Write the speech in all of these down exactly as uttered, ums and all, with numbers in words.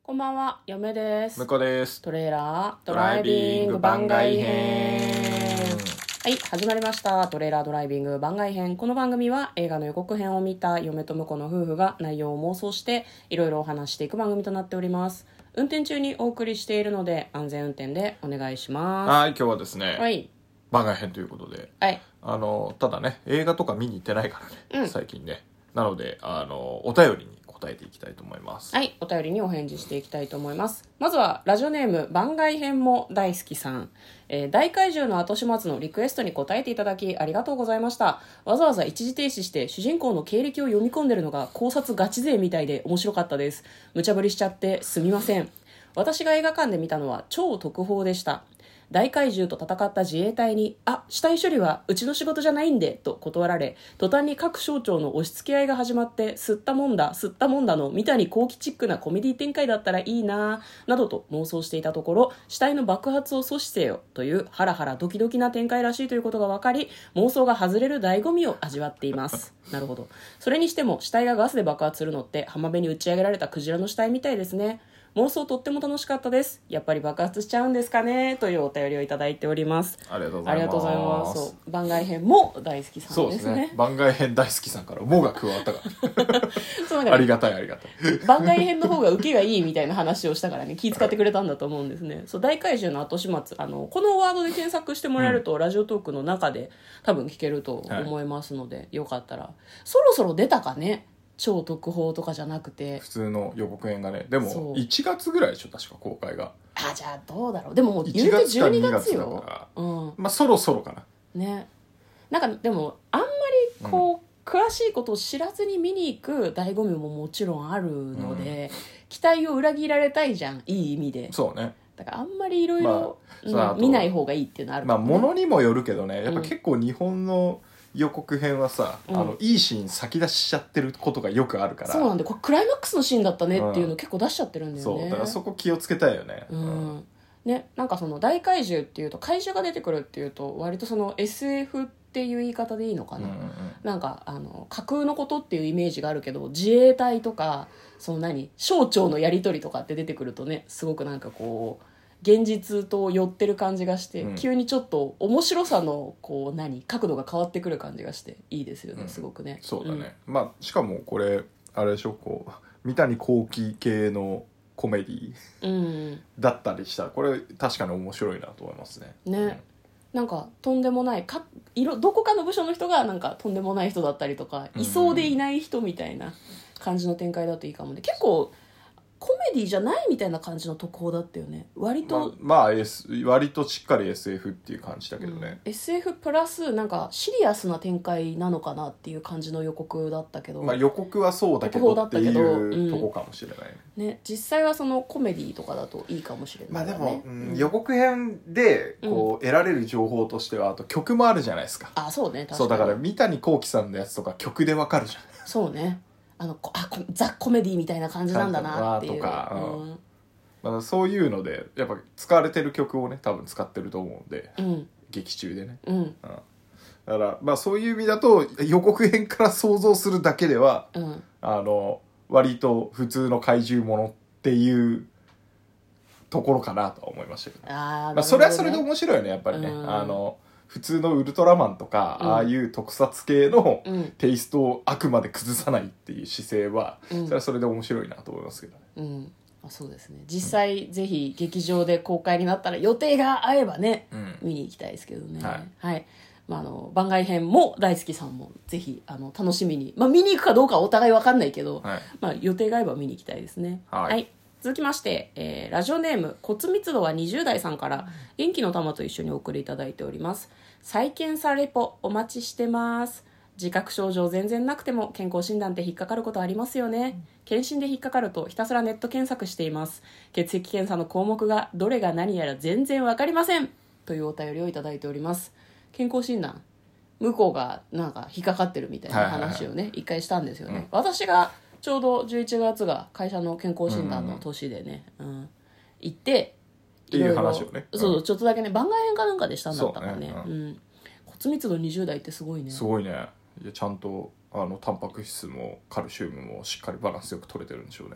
こんばんは、嫁です。 向こうです。 トレーラードライビング番外編。はい、始まりました。トレーラードライビング番外編。この番組は映画の予告編を見た嫁と婿の夫婦が内容を妄想していろいろお話していく番組となっております。運転中にお送りしているので安全運転でお願いします。 はい、今日はですね、 はい、 番外編ということで、 はい、 あのただね映画とか見に行ってないからね、 うん、 最近ね。なのであのお便りに答えていきたいと思います。 はい、お便りにお返事していきたいと思います。まずはラジオネーム番外編も大好きさん、えー、大怪獣の後始末のリクエストに答えていただきありがとうございました。わざわざ一時停止して主人公の経歴を読み込んでるのが考察ガチ勢みたいで面白かったです。無茶ぶりしちゃってすみません。私が映画館で見たのは超特報でした。大怪獣と戦った自衛隊に、あ、死体処理はうちの仕事じゃないんで、と断られ、途端に各省庁の押し付け合いが始まって、吸ったもんだ、吸ったもんだの、三谷幸喜チックなコメディ展開だったらいいなぁ、などと妄想していたところ、死体の爆発を阻止せよ、というハラハラドキドキな展開らしいということが分かり、妄想が外れる醍醐味を味わっています。なるほど。それにしても、死体がガスで爆発するのって、浜辺に打ち上げられたクジラの死体みたいですね。妄想とっても楽しかったです。やっぱり爆発しちゃうんですかね、というお便りをいただいております。 ありがとうございます。 ありがとうございます。そう番外編も大好きさんですね。 そうですね、番外編大好きさんから「も」が加わったからそうなんかありがたいありがたい。 番外編の方が受けがいいみたいな話をしたからね、気遣ってくれたんだと思うんですね。そう、大怪獣の後始末、あのこのワードで検索してもらえると、うん、ラジオトークの中で多分聞けると思いますので、はい、よかったらそろそろ出たかね、超特報とかじゃなくて普通の予告編がね。でもいちがつぐらいでしょ確か公開が。 あ、じゃあどうだろう。でももう言うてじゅうにがつよ。 だから、 うん、 まあそろそろかな。 ね。なんかでもあんまりこう、うん、詳しいことを知らずに見に行く醍醐味ももちろんあるので、うん、期待を裏切られたいじゃん、いい意味で。 そうね。 だからあんまりいろいろ見ない方がいいっていうのはあるかもね。 まあものにもよるけどね、やっぱ結構日本の予告編はさ、うん、あのいいシーン先出ししちゃってることがよくあるから。 そうなんで、これクライマックスのシーンだったねっていうのを結構出しちゃってるんだよね、 うん、そうだからそこ気をつけたいよね。 うん、うんね、なんかその大怪獣っていうと、怪獣が出てくるっていうと割とその エスエフ っていう言い方でいいのかな、うんうんうん、なんかあの架空のことっていうイメージがあるけど、自衛隊とかその何省庁のやり取りとかって出てくるとね、すごくなんかこう現実と寄ってる感じがして、うん、急にちょっと面白さのこう何角度が変わってくる感じがしていいですよね、うん、すごくね。 そうだね、うん、まあしかもこれあれでしょ、こう三谷幸喜系のコメディ、うん、だったりしたらこれ確かに面白いなと思いますね。 ね、うん、なんかとんでもないか色どこかの部署の人がなんかとんでもない人だったりとか、いそうでいない人みたいな感じの展開だといいかもね。結構コメディじゃないみたいな感じの特報だったよね、割と。 まあ、まあ、S、割としっかり エスエフ っていう感じだけどね、 うん、エスエフ プラスなんかシリアスな展開なのかなっていう感じの予告だったけど、 まあ、予告はそうだけどっていうとこかもしれない、 うんね、実際はそのコメディとかだといいかもしれない、ね。 まあでも、うん、予告編でこう、うん、得られる情報としてはあと曲もあるじゃないですか。 あ、そうね、確かに。 そうだから三谷幸喜さんのやつとか曲でわかるじゃん。 そうね、あのあザ・コメディみたいな感じなんだなっていうとか、 うんまあ、そういうのでやっぱ使われてる曲をね多分使ってると思うんで、うん、劇中でね、うんうん、だからまあそういう意味だと予告編から想像するだけでは、うん、あの割と普通の怪獣ものっていうところかなとは思いましたけど、あ、まあ、それはそれで面白いよねやっぱりね、うん、あの普通のウルトラマンとか、うん、ああいう特撮系のテイストをあくまで崩さないっていう姿勢は、うん、それはそれで面白いなと思いますけどね、 うん、あ、そうですね。実際、うん、ぜひ劇場で公開になったら予定が合えばね、うん、見に行きたいですけどね、はい、はい、まあ、あの番外編も大好きさんもぜひあの楽しみに、まあ、見に行くかどうかはお互い分かんないけど、はい、まあ、予定が合えば見に行きたいですね。はい、はい、続きまして、えー、ラジオネーム骨密度はにじゅう代さんから元気の玉と一緒にお送りいただいております。再検査レポお待ちしてます。自覚症状全然なくても健康診断って引っかかることありますよね。検診で引っかかるとひたすらネット検索しています。血液検査の項目がどれが何やら全然わかりません、というお便りをいただいております。健康診断向こうがなんか引っかかってるみたいな話をね、はいはいはい、一回したんですよね、うん、私がちょうどじゅういちがつが会社の健康診断の年でね、うんうん、行ってっていう話をね、 うん、そうちょっとだけね番外編かなんかでしたんだったかね、ね、うんうん、骨密度にじゅう代ってすごいね。 すごいね。いやちゃんとあのタンパク質もカルシウムもしっかりバランスよく取れてるんでしょうね。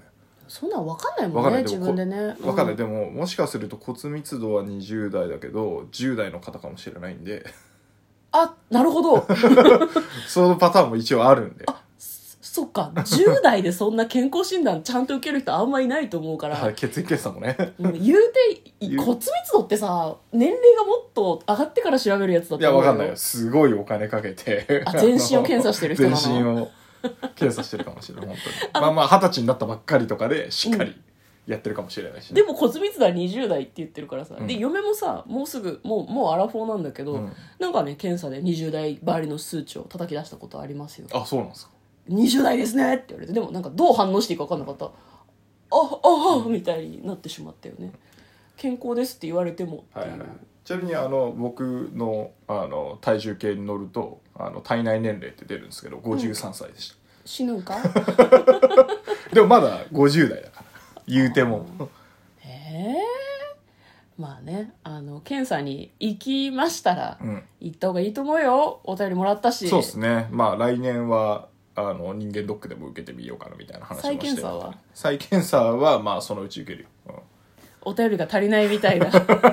そんなん分かんないもんね、自分でね。 分かんない、うん、でももしかすると骨密度はにじゅう代だけどじゅう代の方かもしれないんであ、なるほどそのパターンも一応あるんで。 あ、そっか、じゅう代でそんな健康診断ちゃんと受ける人あんまいないと思うから血液検査もね、 うん、言うて骨密度ってさ年齢がもっと上がってから調べるやつだったいや分かんないよ、すごいお金かけてあ全身を検査してる人なの全身を検査してるかもしれない本当にまあまあ二十歳になったばっかりとかでしっかりやってるかもしれないし、 ね、うん、でも骨密度はにじゅう代って言ってるからさ、うん、で嫁もさもうすぐもうもうアラフォーなんだけど、うん、なんかね検査でにじゅう代周りの数値を叩き出したことありますよ。 あ、そうなんですか。 にじゅう代ですねって言われて、でもなんかどう反応していいか分かんなかった。ああみたいになってしまったよね。健康ですって言われてもっていう、はいはい、 ちなみにあの僕のあの体重計に乗るとあの体内年齢って出るんですけどごじゅうさんさいでした、うん、 死ぬんかでもまだごじゅう代だから言うてもへえまあね、あの検査に行きましたら、うん、行った方がいいと思うよ。お便りもらったし。 そうですね。まあ来年はあの人間ドックでも受けてみようかなみたいな話もしてる。再検査は再検査はまあそのうち受けるよ、うん、 お便りが足りないみたいな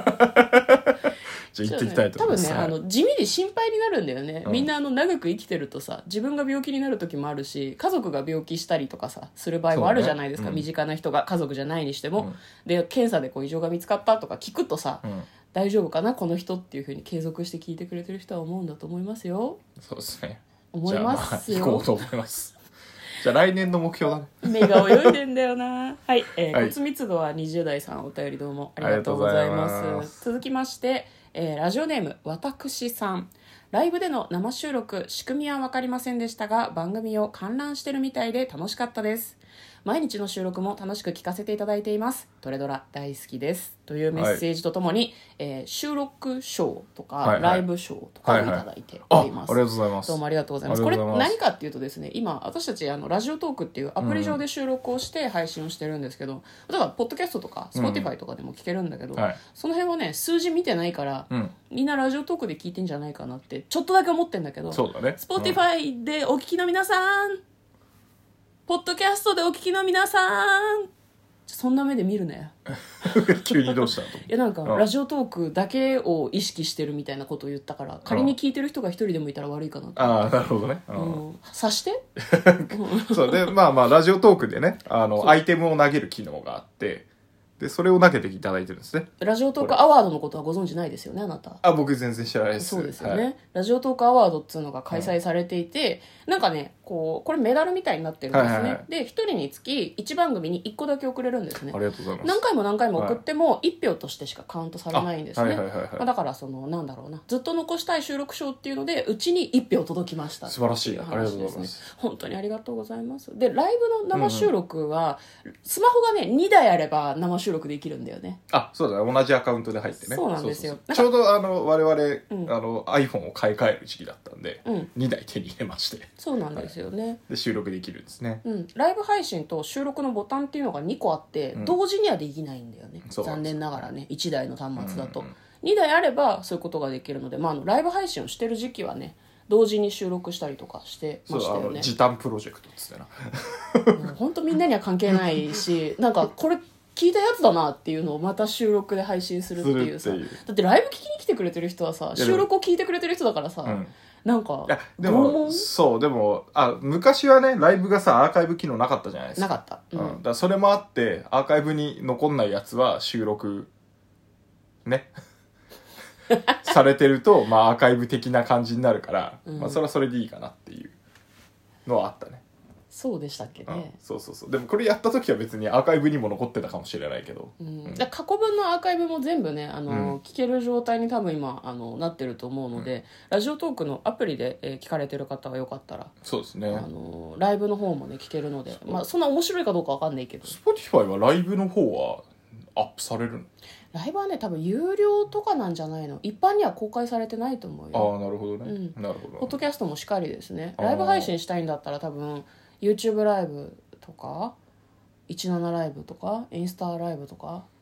じゃあ行ってきたいと思います。 多分ね、あの地味に心配になるんだよね、うん、みんなあの長く生きてるとさ自分が病気になる時もあるし家族が病気したりとかさする場合もあるじゃないですか、ね、うん、身近な人が家族じゃないにしても、うん、で検査でこう異常が見つかったとか聞くとさ、うん、大丈夫かなこの人っていう風に継続して聞いてくれてる人は思うんだと思いますよ。 そうですね、 思いますよ。 じゃあまあ行こうと思いますじゃあ来年の目標だね。 目が泳いでんだよなはい、えーはい、骨密度はにじゅう代さんお便りどうもありがとうございます。ます続きましてえー、ラジオネーム私さん。ライブでの生収録仕組みは分かりませんでしたが番組を観覧してるみたいで楽しかったです。毎日の収録も楽しく聞かせていただいています。トレドラ大好きですというメッセージとともに、はい、えー、収録賞とか、はいはい、ライブ賞とかをいただいております、 はいはい、あ, ありがとうございます。 どうもありがとうございます。これ何かっていうとですね、今私たちあのラジオトークっていうアプリ上で収録をして配信をしてるんですけど、だからポッドキャストとか Spotify とかでも聞けるんだけど、うんはい、その辺はね数字見てないから、うん、みんなラジオトークで聞いてんじゃないかなってちょっとだけ思ってんだけど、 そうだね、 Spotify でお聞きの皆さん、ポッドキャストでお聞きの皆さん、そんな目で見るね急にどうしたのいやなんかラジオトークだけを意識してるみたいなことを言ったから仮に聞いてる人が一人でもいたら悪いかなと。 ああなるほどね、 うん、察してそうでまあまあラジオトークでねあのアイテムを投げる機能があってでそれを投げていただいてるんですね。 ラジオトークアワードのことはご存知ないですよねあなた。 あ僕全然知らないです。 そうですよね、はい、ラジオトークアワードっていうのが開催されていて、うん、なんかねこうこれメダルみたいになってるんですね、はいはいはい、でひとりにつきいち番組にいっこだけ送れるんですね。 ありがとうございます。 何回も何回も送ってもいち票としてしかカウントされないんですね、はいはいはいはい、まあ、だからそのなんだろうなずっと残したい収録賞っていうのでうちにいち票届きました素晴らしい、ありがとうございます。 本当にありがとうございます。でライブの生収録は、うんうん、スマホがねにだいあれば生収録できるんだよね。 あそうだね、同じアカウントで入ってね。 そうなんですよ。 そうそうそうちょうどあの我々、うん、あの iPhone を買い替える時期だったんで、うん、にだい手に入れまして。 そうなんですよね、はい、 で収録できるんですね、 うん、ライブ配信と収録のボタンっていうのがにこあって、うん、同時にはできないんだよね。残念ながらねいちだいの端末だと、うんうんうん、にだいあればそういうことができるので、まあ、あのライブ配信をしてる時期はね同時に収録したりとかしてましたよね。そうあの時短プロジェクトっつってな本当みんなには関係ないしなんかこれ聞いたやつだなっていうのをまた収録で配信するっていうさ、いうだってライブ聞きに来てくれてる人はさ収録を聞いてくれてる人だからさ、うん、なんかいやでもそうでもあ昔はねライブがさアーカイブ機能なかったじゃないですか。 なかった、 うんうん、だからそれもあってアーカイブに残んないやつは収録ねされてると、まあ、アーカイブ的な感じになるから、うんまあ、それはそれでいいかなっていうのはあったね。 そうでしたっけね、 うん、そうそうそう。でもこれやった時は別にアーカイブにも残ってたかもしれないけど、 うんうん、じゃ過去分のアーカイブも全部ねあの、うん、聞ける状態に多分今あのなってると思うので、うん、ラジオトークのアプリで、えー、聞かれてる方はよかったらそうですねあのライブの方もね聞けるので、まあ、そんな面白いかどうかわかんないけど Spotify はライブの方はアップされるの？ ライブはね多分有料とかなんじゃないの。一般には公開されてないと思うよ。 ああなるほどね、うん、なるほど。 ポッドキャストもしっかりですね。ライブ配信したいんだったら多分 YouTube ライブとかじゅうななライブとかインスタライブとか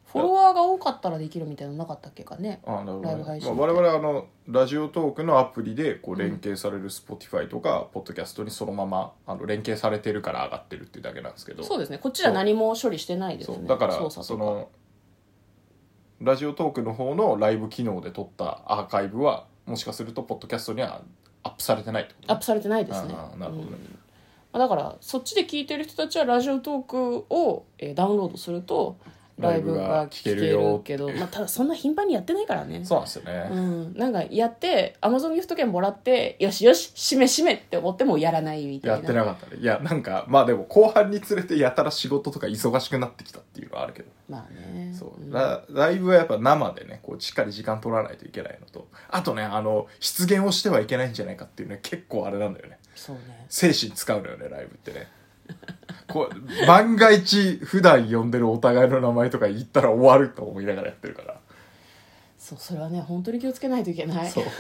フォロワーが多かったらできるみたいなのなかったっけかね。 あなるほど、ね、 ライブ配信、 まあ、我々はあのラジオトークのアプリでこう連携される Spotify とか、ポッドキャストにそのままあの連携されてるから上がってるっていうだけなんですけど。 そうですね、こっちは何も処理してないですね。 そうだから操作とかそのラジオトークの方のライブ機能で撮ったアーカイブはもしかするとポッドキャストにはアップされてないってこと、ね、 アップされてないですね。 あなるほどね、 うん、だからそっちで聞いてる人たちはラジオトークを、えー、ダウンロードするとライブが聞けるけど、まあ、ただそんな頻繁にやってないからね。 そうなんですよね、 うん、なんかやってアマゾンギフト券もらってよしよししめしめって思ってもやらないみたいな。 やってなかったね。いやなんかまあでも後半につれてやたら仕事とか忙しくなってきたっていうのはあるけど、 まあね、 そう、 ん、 ラ, ライブはやっぱ生でねこうしっかり時間取らないといけないのと、あとねあの失言をしてはいけないんじゃないかっていうね結構あれなんだよね。 そうね、 精神使うのよねライブってね。こう万が一普段呼んでるお互いの名前とか言ったら終わると思いながらやってるから。 そう、それはね本当に気をつけないといけない。 そう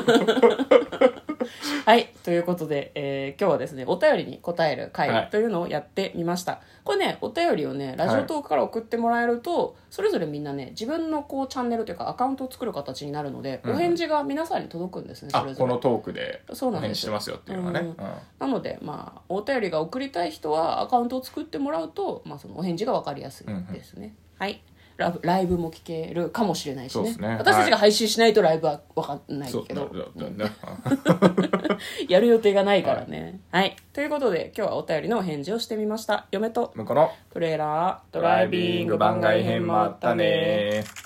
はいということで、えー今日はですねお便りに答えるは回いというのをやってみました、これねお便りをねラジオトークから送ってもらえると、それぞれみんなね自分のこうチャンネルというかアカウントを作る形になるので、 うんお返事が皆さんに届くんですね。 あそれぞれこのトークでそうなんですお返事してますよっていうのがね、 うんうんなのでまあお便りが送りたい人はアカウントを作ってもらうと、まあ、そのお返事が分かりやすいですね、はいラブライブも聞けるかもしれないしね。 そうですね私たちが配信しないとライブは分かんないそうけど、 だねやる予定がないからね、はい、はい、ということで今日はお便りのお返事をしてみました。嫁と向こうのトレーラードドライビング番外編もあったね。